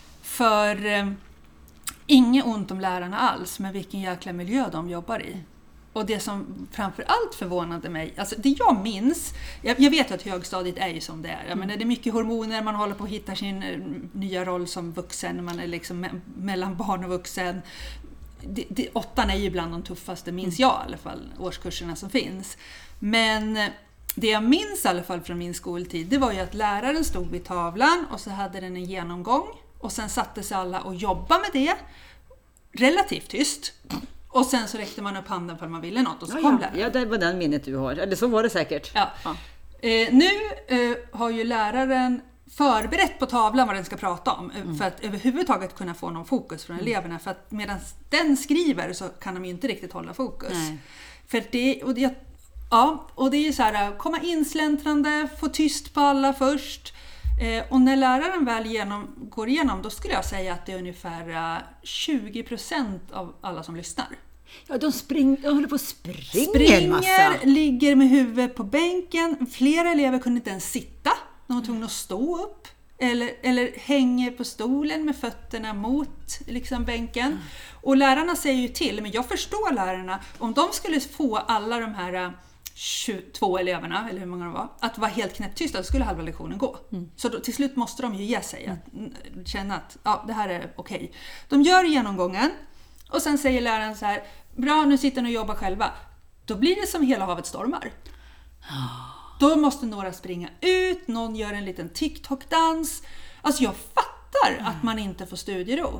För eh, inget ont om lärarna alls, men vilken jäkla miljö de jobbar i. Och det som framför allt förvånade mig, alltså det jag minns, jag, jag vet att högstadiet är ju som det är. Jag menar, det är mycket hormoner, man håller på att hitta sin uh, nya roll som vuxen, man är liksom me- mellan barn och vuxen. Det, det, åttan är ju bland de tuffaste, minns jag i alla fall, årskurserna som finns. Men det jag minns i alla fall från min skoltid, det var ju att läraren stod vid tavlan och så hade den en genomgång och sen satte sig alla och jobbade med det relativt tyst. Och sen så räckte man upp handen för man ville något och så ja, kom ja. läraren. Ja, det var den minnet du har. Eller så var det säkert. Ja. Ja. Eh, nu eh, har ju läraren förberett på tavlan vad den ska prata om. Mm. För att överhuvudtaget kunna få någon fokus från mm. eleverna. För att medan den skriver så kan de ju inte riktigt hålla fokus. Nej. För det, och det, ja, och det är ju så här, komma insläntrande, få tyst på alla först. Eh, och när läraren väl genom, går igenom, då skulle jag säga att det är ungefär tjugo procent av alla som lyssnar. Ja, de, spring, de håller på att springa Springer, en massa. Ligger med huvudet på bänken. Flera elever kunde inte ens sitta. De var tvungna att stå upp. Eller, eller hänger på stolen med fötterna mot liksom, bänken. Mm. Och lärarna säger ju till, men jag förstår lärarna. Om de skulle få alla de här tjugotvå eleverna, eller hur många de var, att vara helt knäpptysta, då skulle halva lektionen gå. Mm. Så då, till slut måste de ju ge sig, att känna att ja, det här är okej. Okay. De gör genomgången och sen säger läraren så här, bra, nu sitter ni och jobbar själva. Då blir det som hela havet stormar. Då måste några springa ut, någon gör en liten TikTok-dans. Alltså jag fattar mm. att man inte får studiero.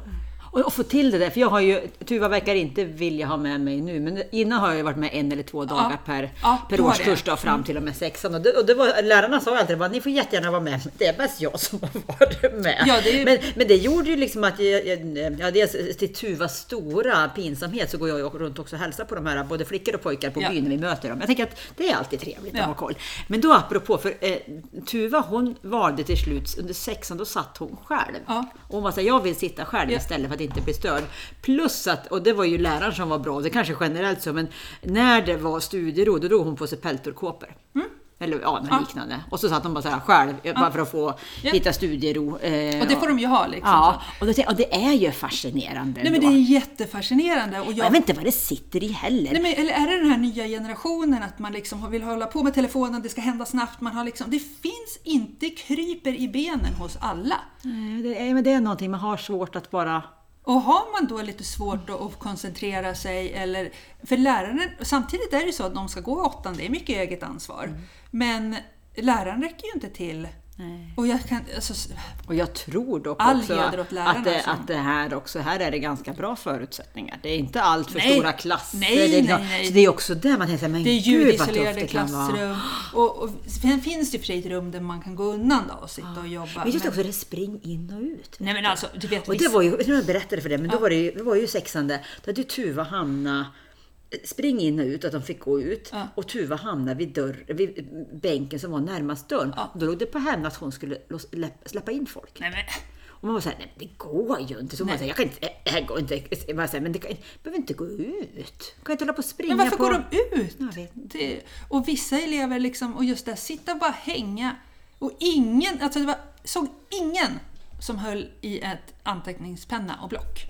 Och, och få till det där, för jag har ju, Tuva verkar inte vilja ha med mig nu, men innan har jag varit med en eller två dagar ja. per, ja, per årskurs då, fram till och med sexan. Och det, och det var, lärarna sa alltid att ni får jättegärna vara med, det är bäst jag som har varit med. Ja, det är... men, men det gjorde ju liksom att jag, jag, jag, dels till Tuvas stora pinsamhet så går jag ju runt också och hälsar på de här, både flickor och pojkar på ja. byn när vi möter dem. Jag tänker att det är alltid trevligt ja. att ha koll. Men då apropå, för eh, Tuva hon valde till slut, under sexan då satt hon själv. Ja. Och hon var så här, jag vill sitta själv ja. istället för att inte bli störd. Plus att, och det var ju läraren som var bra, det kanske generellt så, men när det var studiero då drog hon på sig peltorkåpor. Mm. Eller ja, något liknande. Ja. Och så satt de bara så här själv, ja. bara för att få ja. hitta studiero. Eh, och det får de ju ha liksom. Ja, och det, och det är ju fascinerande. Nej, men det är jättefascinerande. Och jag... jag vet inte vad det sitter i heller. Nej, men, eller är det den här nya generationen att man liksom vill hålla på med telefonen, det ska hända snabbt. Man har liksom, det finns inte kryper i benen hos alla. Nej, det är, men det är någonting man har svårt att bara... Och har man då lite svårt att koncentrera sig, eller för läraren, samtidigt är det så att de ska gå åttan, det är mycket eget ansvar. Mm. Men läraren räcker ju inte till. Nej. Och jag kan alltså, och jag tror dock också att det, att det här också här är det ganska bra förutsättningar. Det är inte allt för nej. stora klasser. Nej, det, är, nej, nej. Så det är också det man tänker, men det är ljudisolerade klassrum. Och, och sen finns det för sig ett rum där man kan gå undan då och sitta ja. och jobba. Men just också det spring in och ut. Nej, men alltså, du vet, och det var ju, jag berättade för det, men ja. då var det ju, det var ju sexande. Då hade Tuva hamnat spring in och ut, att de fick gå ut ja. och Tuva hamnade vid, dörr, vid bänken som var närmast dörren. Ja. Då låg det på henne att hon skulle släppa in folk. Nej, men... Och man var såhär, nej det går ju inte. Så man säger, jag kan inte, jag går inte, man säger, men det kan, behöver inte gå ut. Kan inte hålla på och springa. Men varför på... går de ut? Jag vet inte. Det, och vissa elever liksom, och just där, sitta och bara hänga. Och ingen, alltså det var, såg ingen som höll i ett anteckningspenna och block.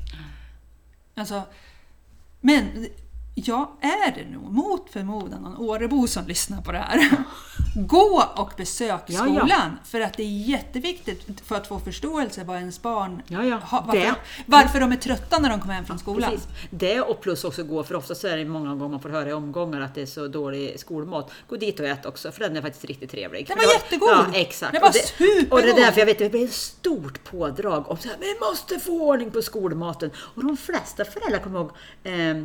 Alltså, men... Ja, är det nog mot förmodan någon Årebo som lyssnar på det här. Gå och besök skolan. Ja, ja. För att det är jätteviktigt för att få förståelse vad ens barn ja, ja. har, varför, varför de är trötta när de kommer hem från skolan. Precis. Det och plus också gå, för ofta så är det många gånger man får höra i omgångar att det är så dålig skolmat. Gå dit och ät också, för den är faktiskt riktigt trevlig. Den var då, jättegod! Ja, exakt. Den var och det, supergod! Och det är därför jag vet, det blir ett stort pådrag om så här, vi måste få ordning på skolmaten. Och de flesta föräldrar kommer ihåg... Eh,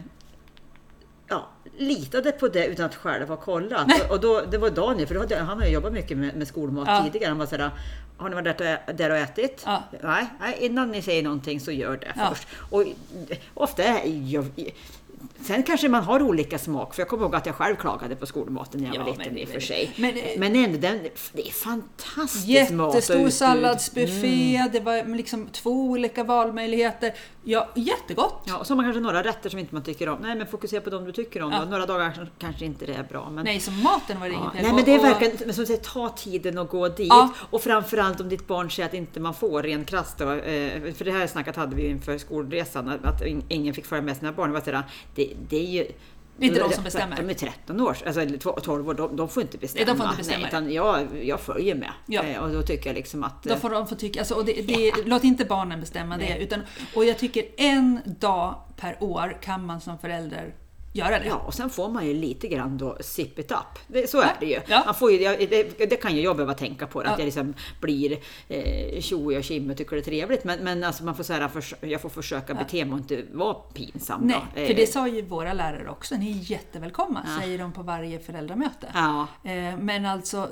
Ja, litade på det utan att själv ha kollat. Nej. Och då, det var Daniel, för då hade, han har ju jobbat mycket med, med skolmat ja. tidigare. Han var sådär, har ni varit där, där och ätit? Ja. Nej, nej, innan ni säger någonting så gör det ja. först. Och ofta är jag... Sen kanske man har olika smak, för jag kommer ihåg att jag själv klagade på skolmaten när jag ja, var liten i och för sig. Men, men ändå, den, det är fantastisk jättestor mat. Jättestor salladsbuffé, mm. det var liksom två olika valmöjligheter. Ja, jättegott. Ja, och så har man kanske några rätter som inte man tycker om. Nej, men fokusera på dem du tycker om. Ja. Några dagar kanske inte det är bra. Men... Nej, så maten var det ja. inget fel på. Nej, men det är verkligen, som säger, ta tiden och gå dit. Ja. Och framförallt om ditt barn säger att inte man får ren krast. Då, för det här snacket hade vi inför skolresan, att ingen fick följa med sina barn. Det var sådär, det, det är ju... Det är inte de som bestämmer. De är tretton år, alltså tolv år, de, de får inte bestämma. Nej, de får inte bestämma. Nej, utan jag, jag följer med. Ja. Och då tycker jag liksom att... Då får de få tycka, alltså, och det, det, låt inte barnen bestämma Nej. det. Utan, och jag tycker en dag per år kan man som förälder göra det. Ja, och sen får man ju lite grann då zip it up. Det, så är det ju. Ja. Man får ju det, det kan ju jag behöva tänka på, det, ja. att jag liksom blir eh, tjoig och kim och tycker det är trevligt. Men, men alltså man får säga, jag får försöka ja. bete mig och inte vara pinsam. Nej, då. för det sa ju våra lärare också. Ni är jättevälkomna, ja. säger de på varje föräldramöte. Ja. Eh, men alltså...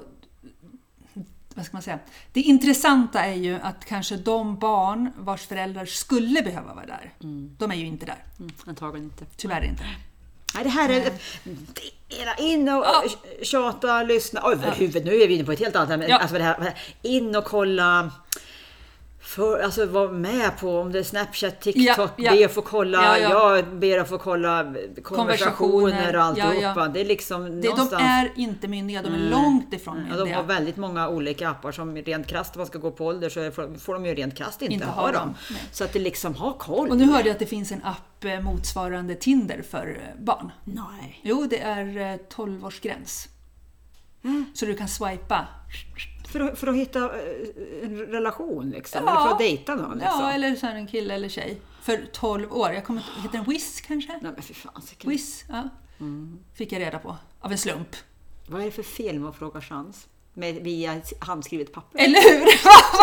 Vad ska man säga? Det intressanta är ju att kanske de barn vars föräldrar skulle behöva vara där, mm. de är ju inte där. Mm, antagligen inte. Tyvärr inte. Nej, det här är era in och ja. tjata, lyssna. Oj, överhuvud, nu är vi inne på ett helt annat. Ja. Alltså det här, in och kolla, för, alltså vara med på om det är Snapchat, TikTok, ja, ja. be att få kolla, ja, ja. jag ber att få kolla konversationer, konversationer och alltihopa. Ja, ja. Det är liksom det, någonstans... De är inte myndiga, de är mm. långt ifrån myndiga. Ja, de har väldigt många olika appar som rent krasst, man ska gå på ålder så får de ju rent krasst inte, inte ha dem. dem. Så att det liksom har koll. Och nu hörde jag att det finns en app motsvarande Tinder för barn. Nej. Jo, det är tolv-årsgräns. Mm. Så du kan swipa. För att, för att hitta en relation liksom, ja. eller för att dejta någon liksom. Ja, eller så är det en kille eller tjej. För tolv år. Jag kommer inte, heter den Wiz kanske? Nej, men för fan. Wiz, ja. Mm. Fick jag reda på. Av en slump. Vad är det för film att fråga chans? Med, via handskrivet papper. Eller hur?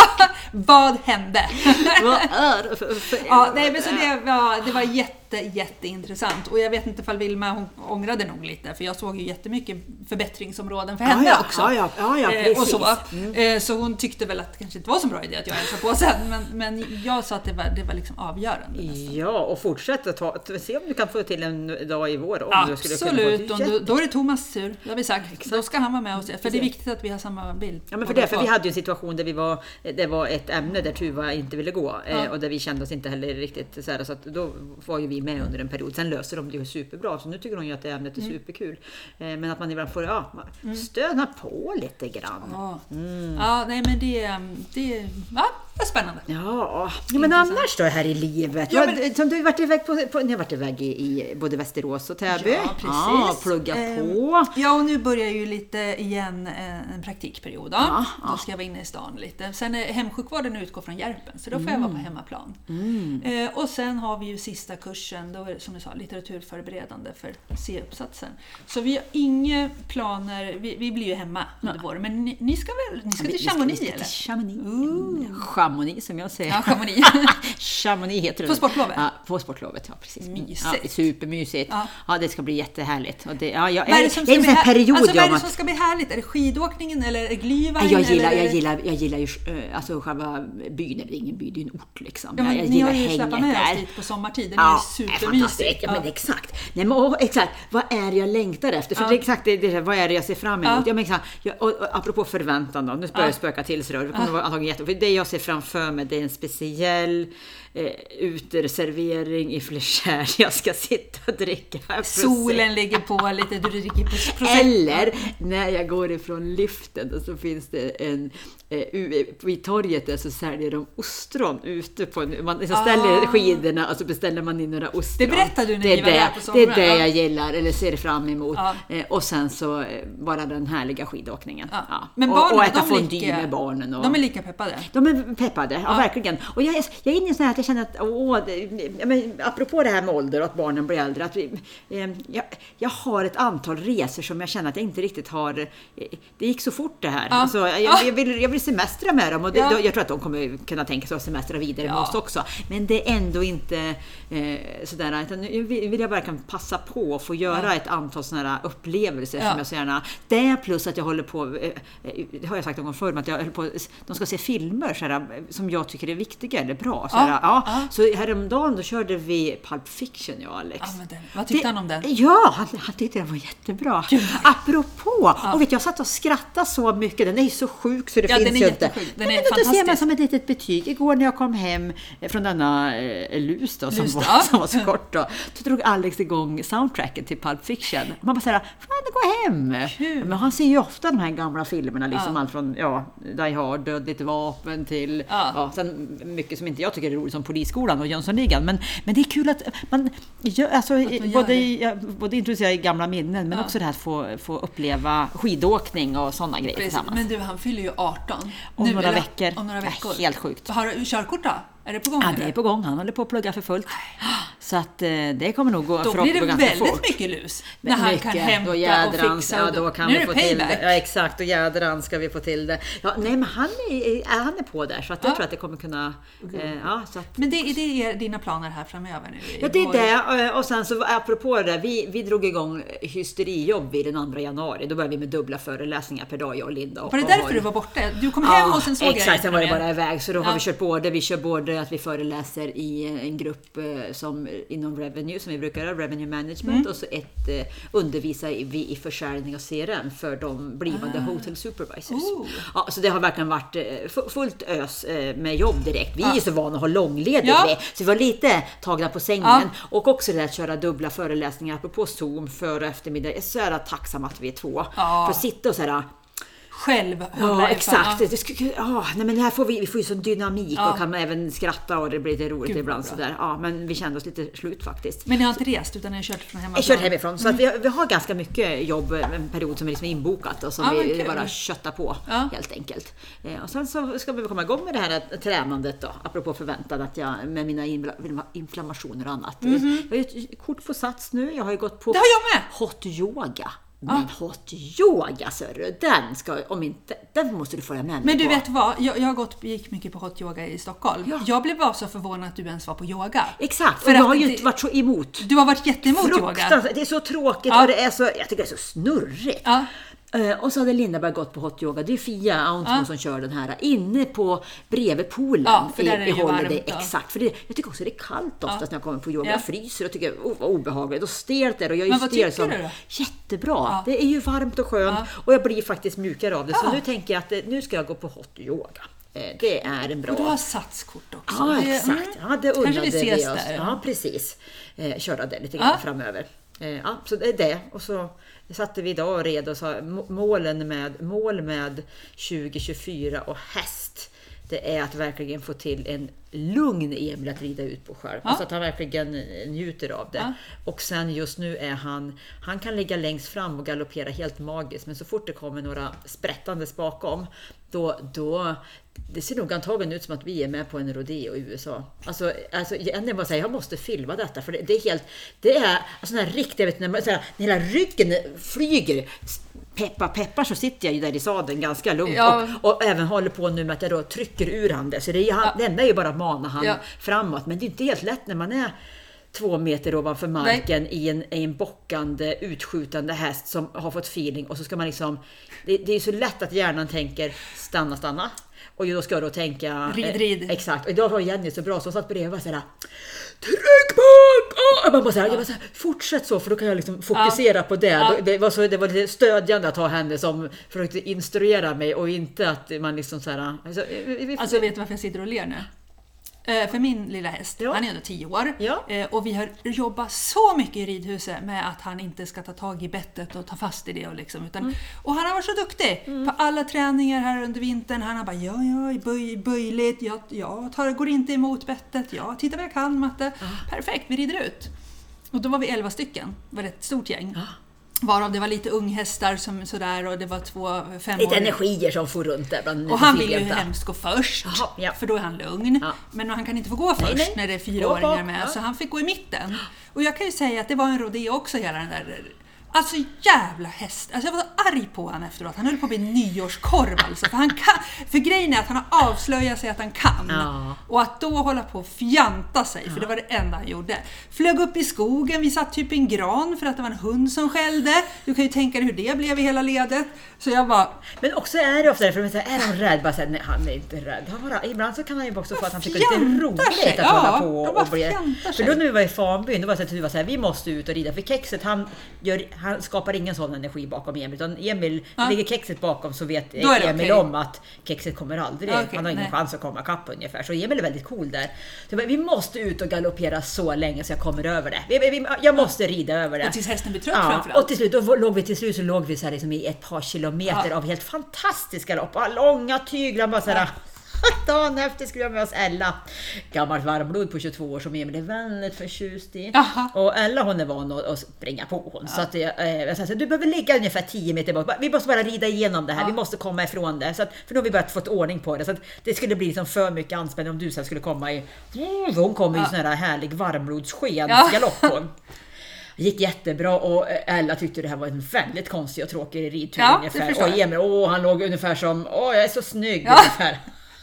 vad hände? Vad är det för, för Ja, nej, men så det var, det var jätte, jätteintressant. Och jag vet inte ifall Vilma, hon ångrade nog lite. För jag såg ju jättemycket förbättringsområden för henne ja, ja, också. Ja, ja, ja, ja, eh, och så. Mm. Eh, så hon tyckte väl att det kanske inte var så bra idé att jag hälsade på sen. Men, men jag sa att det var, det var liksom avgörande. Nästan. Ja, och fortsätta ta, se om du kan få till en dag i vår. Om Absolut, du skulle och då, då är det Thomas tur. Det har vi sagt. Exakt. Då ska han vara med oss. För det är viktigt att vi har samma bild. Ja, men för det, för vi hade ju en situation där vi var, det var ett ämne där Tuva inte ville gå. Ja. Eh, och där vi kände oss inte heller riktigt så här, så att då var ju vi med under en period. Sen löser de det ju superbra, så nu tycker de ju att det ämnet är mm. superkul. Eh, men att man ibland får ja, mm. stöna på lite grann. Ja, mm. ja nej men det, det ja, var spännande. Ja, ja men annars då här i livet? Ja, men, som du har varit iväg på, på, ni har varit iväg i, i både Västerås och Täby. Ja, precis. Ja, plugga på. Ja, och nu börjar ju lite igen en praktikperiod. Då, ja, då ska jag vara inne i stan lite. Sen är hemsjukvården utgår från Järpen, så då får mm. jag vara på hemmaplan. Mm. Eh, och sen har vi ju sista kursen, då är det som jag sa, litteraturförberedande för C-uppsatsen. Så vi har inga planer, vi, vi blir ju hemma under ja. våren. Men ni, ni ska väl, ni ska till Chamonix, eller? Chamonix. Uh. Chamonix som jag säger. Ja, Chamonix. Chamonix heter det. På sportlovet? Ja, på sportlovet, ja precis. Mysigt. Ja, supermysigt. Ja. ja, det ska bli jättehärligt. Och det, ja, jag, vad är det som jag, ska, jag, bli, period alltså, vad är det att, som ska bli härligt? Är det skidåkningen eller är det Glühwein? Jag gillar, eller jag gillar, jag gillar ju alltså själva byn, eller ingen by, det är en ort liksom. Ja, men jag, jag ni gillar har ju hänget släppt med där. oss dit på sommartiden, Ja, det är ju supermysigt. Ja, men exakt. Nej, men, och, exakt. Vad är det jag längtar efter? För ja. det är exakt det, det, vad är det jag ser fram emot? Ja. Ja, men exakt, jag, och, och, apropå förväntan då, nu börjar jag ja. spöka till sig då. Det kommer ja. vara antagligen jätte, för det jag ser framför mig, det är en speciell eh, uteservering i Flechère. Jag ska sitta och dricka. Solen ligger på lite, du dricker på procent. Eller när jag går ifrån lyften och så finns det en eh, vid torget där så säljer de ostron ute på, man liksom ställer ah. skidorna och så beställer man in några ostron. Det berättade du när det vi var det, där på sommaren. Det är det jag gillar eller ser fram emot. Ja. Eh, och sen så eh, bara den härliga skidåkningen. Ja. Ja. Men barnen, och, och äta de fondue lika, med barnen. Och, de är lika peppade. De är peppade, ja, ja verkligen. Och jag, jag är inne i sån här att jag känner att, åh, det, men, apropå det här med ålder och att barnen blir äldre, att vi, eh, jag, jag har ett antal resor som jag känner att jag inte riktigt har, eh, det gick så fort det här. Ja. Alltså, jag, ja. jag, vill, jag vill semestra med dem och det, ja. jag tror att de kommer kunna tänka sig att semestra vidare ja. med oss också. Men det är ändå inte eh, sådär, utan nu vill jag verkligen passa på att få göra ja. ett antal sådana här upplevelser ja. som jag så gärna, det plus att jag håller på, eh, det har jag sagt någon gång förr, men att jag håller på, de ska se filmer såhär, som jag tycker är viktiga eller bra. Såhär, ja. Ja. Ja. Så häromdagen då körde vi Pulp Fiction, jag och Alex. Ja, men den, vad tyckte det, han om den? Ja, han, han tyckte den var jättebra. Gud. Apropå, ja. och vet jag satt och skrattade så mycket, den är ju så sjuk så det ja, finns den är ju inte. Den är men då ser man som ett litet betyg. Igår när jag kom hem från denna eh, lus då, som, Lust, var, ja. som var så kort då, så drog Alex igång soundtracken till Pulp Fiction. Man bara säger, fan gå hem. Kul. Men han ser ju ofta de här gamla filmerna, liksom ja. allt från ja, Die Hard, Dödligt vapen till ja. Ja, sen mycket som inte jag tycker är roligt som Polisskolan och Jönssonligan. Men, men det är kul att man gör, alltså, man både, gör både introducera gamla minnen men ja. också det här att få, få uppleva skidåkning och sådana grejer Precis. tillsammans. Men du, han fyller ju arton. Om nu, några eller, veckor. Om några veckor. Ja, helt sjukt. Har du körkort då? Är det på gång? Ja, det är på gång. Han håller på att plugga för fullt. Så att eh, det kommer nog gå då blir det ganska väldigt fort. mycket lus. När han mycket. kan hämta jädran, och fixa. Ja, och då då kan nu vi är få det till payback. det. Ja, exakt. Och jädran ska vi få till det. Ja, nej, men han är, han är på där. Så att jag ja. tror att det kommer kunna... Eh, ja, så att, men det, det är dina planer här framöver nu? Ja, det är det. Och sen så apropå det, vi, vi drog igång hysterijobb vid den andra januari. Då började vi med dubbla föreläsningar per dag, jag och Linda. Och var det därför och, du var borta? Du kom hem ja, och sen såg jag exakt, sen var det mer. bara iväg. Så då ja. har vi kört både, vi kör både att vi föreläser i en grupp som inom revenue, som vi brukar göra, revenue management, mm. och så ett eh, undervisar vi i försäljning av C R M för de blivande ah. hotel supervisors. Oh. Ja, så det har verkligen varit eh, fullt ös eh, med jobb direkt. Vi ja. är så vana att ha långledigt, ja. så vi var lite tagna på sängen. Ja. Och också det där att köra dubbla föreläsningar på Zoom för eftermiddag. Jag är så är tacksam att vi är två. Ja. För att sitta och så här... själv. Ja, exakt. Det skulle, ja, nej, men här får vi, vi får ju sån dynamik ja. och kan även skratta och det blir lite roligt Gud, ibland sådär. Ja, men vi kände oss lite slut faktiskt. Men ni har inte rest utan ni har kört från hemifrån? Jag kört hemifrån. Så mm. att vi, vi har ganska mycket jobb, en period som är liksom inbokat och som ja, vi bara köttar på ja. helt enkelt. Eh, och sen så ska vi komma igång med det här tränandet då, apropå förväntan att jag med mina inflammationer och annat. Mm-hmm. Jag har ju ett kort på Sats nu. Jag har ju gått på det har jag med. hot yoga. Men hot yoga, så den ska, om inte, den måste du följa med mig. Men du på. vet vad, jag, jag har gått, gick mycket på hot yoga i Stockholm. Ja. Jag blev bara så förvånad att du ens var på yoga. Exakt, För och jag att har ju det- inte varit så emot. Du har varit jätteemot yoga. Fruktansvärt, det är så tråkigt Ja. och det är så, jag tycker det är så snurrigt. Ja. Eh, och så hade Linda bara gått på hot yoga. Det är Fia Aunsmo Ja. som kör den här inne på bredvid poolen. Ja, för i, där är det i ju Holiday. varmt, ja. Exakt, för det, jag tycker också det är kallt oftast Ja. när jag kommer på yoga. Ja. Jag fryser och tycker oh, vad obehagligt och stelt är det. Och jag är Men ju vad stel tycker som du då? jättebra. Ja. Det är ju varmt och skönt Ja. och jag blir faktiskt mjukare av det. Så Ja. nu tänker jag att eh, nu ska jag gå på hot yoga. Eh, det är en bra... Och du har satskort också. Ja, Det- exakt. mm. Ja, det Kanske undrade vi ses oss. där. Ja, precis. Eh, köra det lite grann Ja. framöver. Eh, ja, så det är det. Och så satte vi idag redo och sa må- målen med, mål med tjugo tjugofyra och häst. Det är att verkligen få till en lugn Emil att rida ut på själv. Ja. Så att han verkligen njuter av det. Ja. Och sen just nu är han, han kan ligga längst fram och galoppera helt magiskt. Men så fort det kommer några sprättandes bakom, då, då det ser nog antagligen ut som att vi är med på en rodeo i U S A. Alltså, alltså jag bara säga, jag måste filma detta för det, det är helt, det är alltså den här riktiga, vet, när, man, så här, när hela ryggen flyger. Peppa peppar så sitter jag ju där i sadeln ganska lugnt Ja. och, och även håller på nu med att jag då trycker ur han det. Så det, är, han, Ja. det enda är ju bara att mana han Ja. framåt. Men det är inte helt lätt när man är två meter ovanför marken i en, i en bockande, utskjutande häst som har fått feeling och så ska man liksom, det, det är så lätt att hjärnan tänker stanna, stanna. Och då ska jag då tänka... Rid, rid. Eh, exakt. Och idag var Jenny så bra så hon satt bredvid och såhär tryck på! Oh! Man bara såhär, jag bara såhär, fortsätt så för då kan jag liksom fokusera Ja. på det. Ja. Det var, så, det var lite stödjande att ha henne som försökte instruera mig och inte att man liksom såhär... Alltså, vi, vi, Alltså vet du varför jag sitter och ler nu? Eh, för min lilla häst, Ja. han är ändå tio år Ja. eh, och vi har jobbat så mycket i ridhuset med att han inte ska ta tag i bettet och ta fast i det och liksom, utan, Mm. och han har varit så duktig på alla träningar här under vintern. Han har bara, ja ja, böj, böjligt, jag, jag tar, går inte emot bettet, ja, titta vad jag kan matte. Perfekt, vi rider ut. Och då var vi elva stycken, det var ett stort gäng. Varav det var lite unghästar som sådär och det var två femåringar. lite energier som får runt där bland Och han vill ju energijämta. hemskt gå först, Jaha, ja. för då är han lugn. Ja. Men han kan inte få gå först nej. när det är Gå fyraåringar bak, med, ja. så han fick gå i mitten. Och jag kan ju säga att det var en rodeo också, hela den där... Alltså jävla häst. Alltså jag var så arg på honom efteråt. Han höll på att bli nyårskorv alltså. För, han kan, för grejen är att han har avslöjat sig att han kan. Ja. Och att då hålla på och fjanta sig, för det var det enda han gjorde. Flög upp i skogen, vi satt typ i en gran för att det var en hund som skällde. Du kan ju tänka dig hur det blev i hela ledet. Så jag bara... Men också är det ofta det, för att säga, är han rädd? Bara så här, nej, han är inte rädd. Han bara, ibland så kan han ju också få att han tycker det är lite fjantar sig. roligt att Ja, hålla på han bara och bli... fjantar För sig. då när vi var i Fanbyn, då var det så att vi var så här, vi måste ut och rida. För kexet, han, gör, han skapar ingen sån energi bakom Emil. Utan Emil, Ja. ligger kexet bakom så vet Då är det Emil okej. om att kexet kommer aldrig. Okej, han har ingen nej. chans att komma kapp ungefär. Så Emil är väldigt cool där. Så jag bara, vi måste ut och galoppera så länge så jag kommer över det. Vi, vi, jag måste rida över det. Och tills hästen blir trött Ja, framförallt. och till slut, då låg vi till slut så låg vi så här liksom i ett par kilometer Ja. av helt fantastiska lopp. Långa tyglar, bara så här. Dagen efter skulle jag med oss Ella, gammalt varmblod på tjugotvå år som Emil är väldigt förtjust i. Jaha. Och Ella hon är van att, att springa på hon. Så att jag, eh, jag sa så här, du behöver ligga ungefär tio meter bak. Vi måste bara rida igenom det här, Ja. vi måste komma ifrån det. Så att, för då har vi börjat fått ordning på det. Så att det skulle bli liksom för mycket anspänning om du sen skulle komma i... Mm, hon kommer i Ja. sån här härlig varmblodssken Ja. galopp hon. Det gick jättebra och Ella tyckte det här var en väldigt konstig och tråkig ridtur Ja, det ungefär. förstår Och jag. Emil, åh, han låg ungefär som, åh, jag är så snygg Ja. ungefär.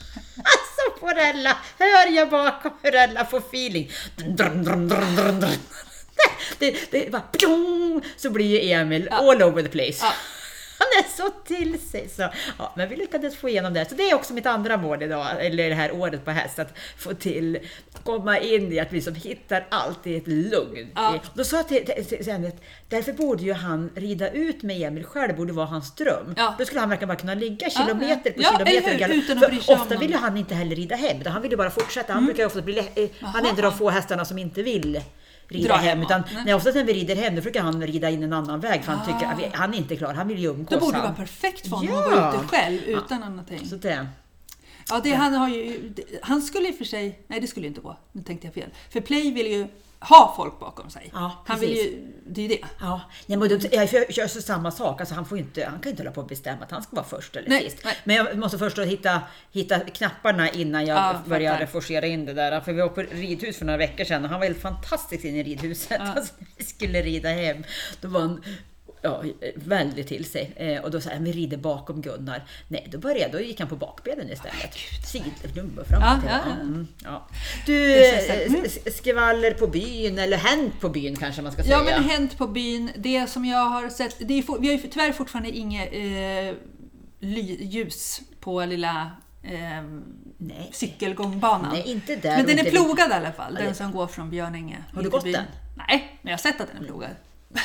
Alltså på Ella, hör jag bakom hur Ella får feeling. Drum, drum, drum, drum, drum. Det, det bara, pjong, så blir ju Emil Ja. all over the place. Ja. Han är så till sig. Så, ja, men vi lyckades få igenom det. Så det är också mitt andra mål idag, eller det här året på häst, att få till, komma in i att vi som hittar alltid ett lugn. Ja. Då sa jag till, till, till, till henne, därför borde ju han rida ut med Emil själv, borde vara hans dröm. Ja. Då skulle han verkligen bara kunna ligga Ja, kilometer på ja, kilometer. eller hur? och Utan att för bry sig om ofta någon. vill ju han inte heller rida hem, utan han vill ju bara fortsätta. Han brukar ju ofta bli, lä- eh, han är inte de få hästarna som inte vill rida Dra hem, hem, utan nej. när oftast när vi rider hem, då försöker han rida in en annan väg, för han Ah. tycker att han är inte klar, han vill ju umgås. Då borde det han. vara perfekt för honom Ja. att vara ute själv utan någonting. Så det. Ja, det, han, har ju, det, han skulle i och för sig... Nej, det skulle inte gå. Nu tänkte jag fel. För Play vill ju ha folk bakom sig. Ja, han vill precis. ju... Det är ju det. Ja, nej, men då- jag gör gör så samma sak. Alltså, han, får ju inte, han kan ju inte hålla på att bestämma att han ska vara först eller Nej, sist. nej. Men jag måste först då hitta, hitta knapparna innan jag Ja, började fattar. forcera in det där. För vi var på ridhus för några veckor sedan och han var helt fantastisk inne i ridhuset. Ja. Alltså, när vi skulle rida hem. Då var han, ja, väldigt till sig. Eh, och då sa han, vi rider bakom Gunnar. Nej, då började då gick han på bakbenen istället. Sidor, fram Ja, till. ja, Ja, ja. mm, ja. Du, eh, skvaller på byn, eller hänt på byn kanske man ska säga. Ja, men hänt på byn. Det som jag har sett, det är, for, vi har ju tyvärr fortfarande inget eh, ly, ljus på lilla eh, Nej. cykelgångbanan. Nej, inte där. Men den är inte plogad i alla fall, den det. som går från Björninge. Har du gått byn. den? Nej, men jag har sett att den är plogad.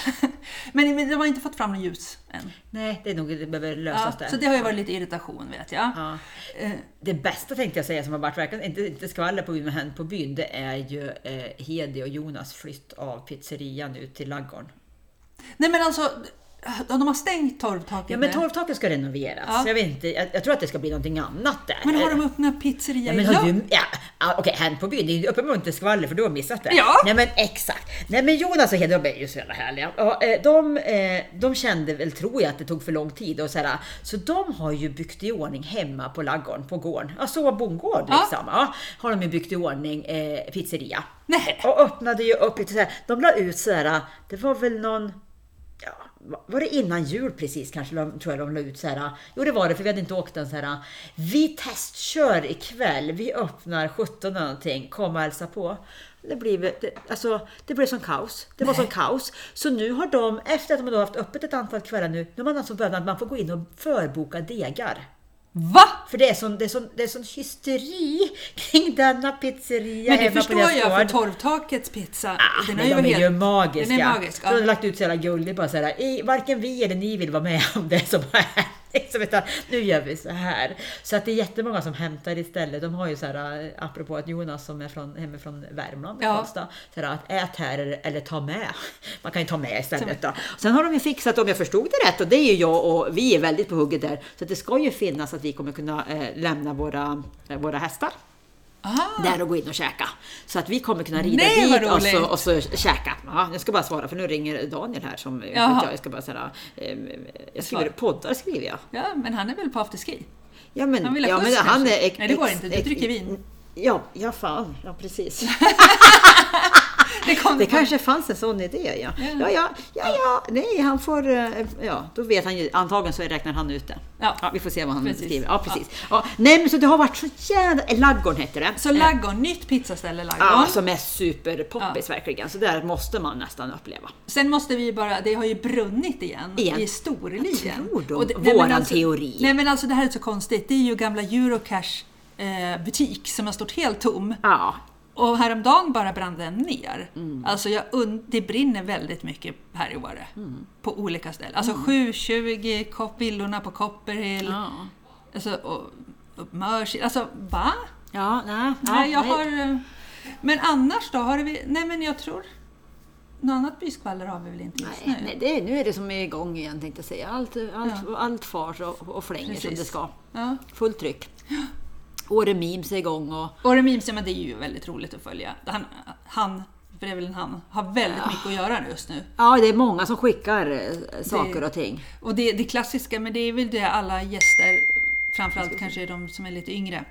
men, men de har inte fått fram något ljus än. Nej, det är nog det behöver lösas Ja, där. så det har ju varit lite irritation, vet jag. Ja. Eh, Det bästa tänkte jag säga som har varit verkligen inte, inte skvaller på byn men hänt på byn, det är ju eh, Hedi och Jonas flytt av pizzerian ut till laggården. nej men alltså, de har stängt torvtaket. Ja, men med. torvtaket ska renoveras. Ja. Så jag vet inte, jag, jag tror att det ska bli någonting annat där. Men har de öppnat pizzeria Ja, men i har lag? du, ja, ja, okej, hänt på byn. Det är ju uppenbarligen inte skvaller för du har missat det. Ja. Nej men exakt. Nej men Jonas och Hedi, de är ju så jävla härliga. Och, eh, de, eh, de kände väl, tror jag, att det tog för lång tid. Och så, här, så de har ju byggt i ordning hemma på laggården, på gården. Alltså bondgård Ja. liksom. Ja, har de ju byggt i ordning eh, pizzeria. Nej. Och öppnade ju upp lite så här. De la ut så här, det var väl någon... Ja, var det innan jul precis kanske, de, tror jag de la ut så här. Jo, det var det, för vi hade inte åkt den så här. Vi testkör ikväll, vi öppnar sjutton någonting, kom och hälsa på. Det blev, det, alltså, det blev som kaos. Det var som kaos. Så nu har de, efter att de har haft öppet ett antal kvällar nu, nu har man alltså börjat att man får gå in och förboka degar. Va? För det är sån, det är sån, det är sån hysteri kring denna pizzeria. Men det hemma på förstår deras jag, för gård. torvtakets pizza, Ah, den men är ju de är helt... ju magiska. Den är magisk, Så de har ja. lagt ut så jävla gulligt bara så här, "I- varken vi eller ni vill vara med om det som är så vet jag, nu gör vi så här. Så att det är jättemånga som hämtar istället. De har ju så här, apropå att Jonas som är från, hemifrån Värmland, Ja. Karlstad, så här, att ät här eller, eller ta med. Man kan ju ta med istället då. Sen har de ju fixat, om jag förstod det rätt, och det är ju jag och vi är väldigt på hugget där, så att det ska ju finnas att vi kommer kunna eh, lämna våra, eh, våra hästar Aha. där och gå in och käka. Så att vi kommer kunna rida Nej, vad dit och roligt. så, och så käka. Ja, jag ska bara svara för nu ringer Daniel här som Jaha. jag, jag ska bara säga eh, jag skriver Svar. poddar skriver jag. Ja, men han är väl på afterski? Ja men Han vill ha ja, skjuts men han kanske? är Nej, det går inte. Du dricker vin. Ja, ja fan. Ja, precis. Det, kom Det på- kanske fanns en sån idé, ja. Ja. Ja, ja, ja, ja. Nej, han får, eh, ja, då vet han ju, antagligen så räknar han ut det. Ja. Ja, vi får se vad han Precis. skriver. Ja, precis. Ja. Nej, men så det har varit så jävla, Laggården heter det. Så Laggården, nytt pizzaställe Laggården. Ja, som är superpoppis verkligen. Så där måste man nästan uppleva. Sen måste vi bara, det har ju brunnit igen, Igen. i Storlien. Vad tror du om Och det- våran nej, men alltså, teori? Nej men alltså det här är så konstigt. Det är ju gamla Eurocash eh, butik som har stått helt tom. Ja, Och häromdagen bara brann den ner. Mm. Alltså jag und- det brinner väldigt mycket här i Åre. Mm. På olika ställen. Alltså sju tjugo, Kop- villorna på Copperhill. ja. Alltså, och, och Mörsil. Alltså, va? Ja, nej. Ja, nej, jag nej. har... eh, Men annars då? Har vi... Nej, men jag tror... Något annat byskvaller har vi väl inte just Nej, nu? nej det är, nu är det som är igång igen tänkte jag säga. Allt, allt, allt far och, och flänger Precis. som det ska. Ja. Fullt tryck. Åre Memes är igång och Och det Memes, men det är ju väldigt roligt att följa. Han, han för det är väl en han, har väldigt mycket att göra just nu. ja, det är många som skickar eh, saker Det- och ting. Och det, det klassiska, men det är väl det alla gäster, framförallt kanske de som är lite yngre.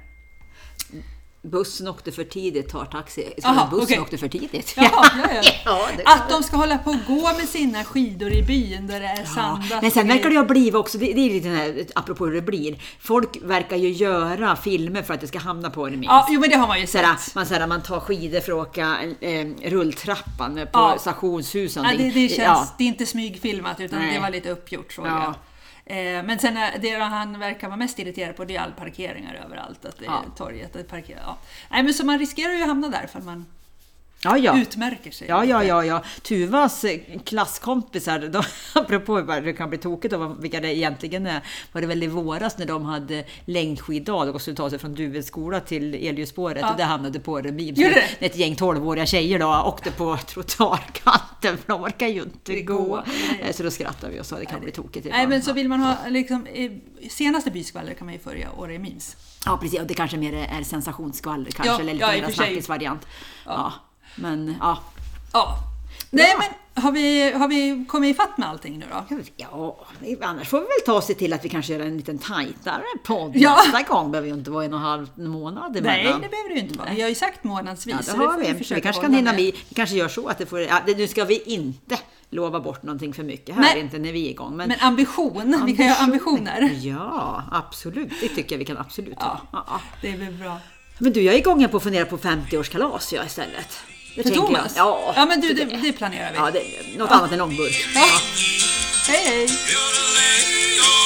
Bussen åkte för tidigt, tar taxi. Så Aha, bussen okej. åkte för tidigt. Jaha, ja, ja. Ja, det- Att de ska hålla på och gå med sina skidor i byn där det är Ja, sandat. men sen och verkar det grejer. ju bli också, det, det är lite den här, apropå hur det blir. Folk verkar ju göra filmer för att det ska hamna på en minst. Ja, jo, men det har man ju Såhär, sett. man, såhär, man tar skidor för att åka eh, rulltrappan på Ja. stationshusen. Ja, det, det, känns, Ja. det är inte smygfilmat utan Nej. det var lite uppgjort så. Ja. Ja. Eh, Men sen är det han verkar vara mest irriterad på, det är all parkeringar överallt. Att det är Ja. torget, att parkera. Ja. Nej, men så man riskerar ju att hamna där för man Ja, ja. utmärker sig. Ja, ja, ja, ja. Tuvas eh, klasskompisar, de, apropå vad det kan bli tokigt och vilka det egentligen är, var det väl i våras när de hade längdskiddag och skulle ta sig från Duveds skola till Elljusspåret Ja. och det hamnade på det Memes. Gjorde det? När ett gäng tolvåriga tjejer då åkte på trottoarkanten för de orkar ju inte Det gå. går. Eh, Så då skrattade vi och sa det kan bli tokigt. Nej, men så vill man ha liksom, eh, senaste byskvaller kan man ju följa Åre Memes. Ja, precis. Och det kanske mer är sensationsskvaller kanske, Ja, eller ja, i lite och mer för sig. snackisvariant. Ja. Ja. Men ja. Ja. Nej, Bra. men har vi, har vi kommit ifatt med allting nu då? Ja, annars får vi väl ta sig till att vi kanske gör en liten tajtare podd Ja. nästa gång. Behöver ju inte vara en och en halv månad Nej, emellan. det behöver det ju inte vara. Nej. Vi har ju sagt månadsvis. Ja, så det det har får vi. vi Vi försöka kanske kan hålla hinna med. med. Vi kanske gör så att det får... Ja, det, nu ska vi inte lova bort någonting för mycket här, Nej. inte när vi är igång. Men, Men ambition, ambition, vi kan ju ha ambitioner. Ja, absolut. Det tycker jag vi kan absolut ha. Ja, Ja. det blir bra. Men du, jag är igång på att fundera på femtioårskalas jag istället. Det För tänker Thomas? Jag. Ja, ja, men du, det, det planerar vi. Ja, det, något ja. annat än långburk. Ja. Ja. Hej, hej!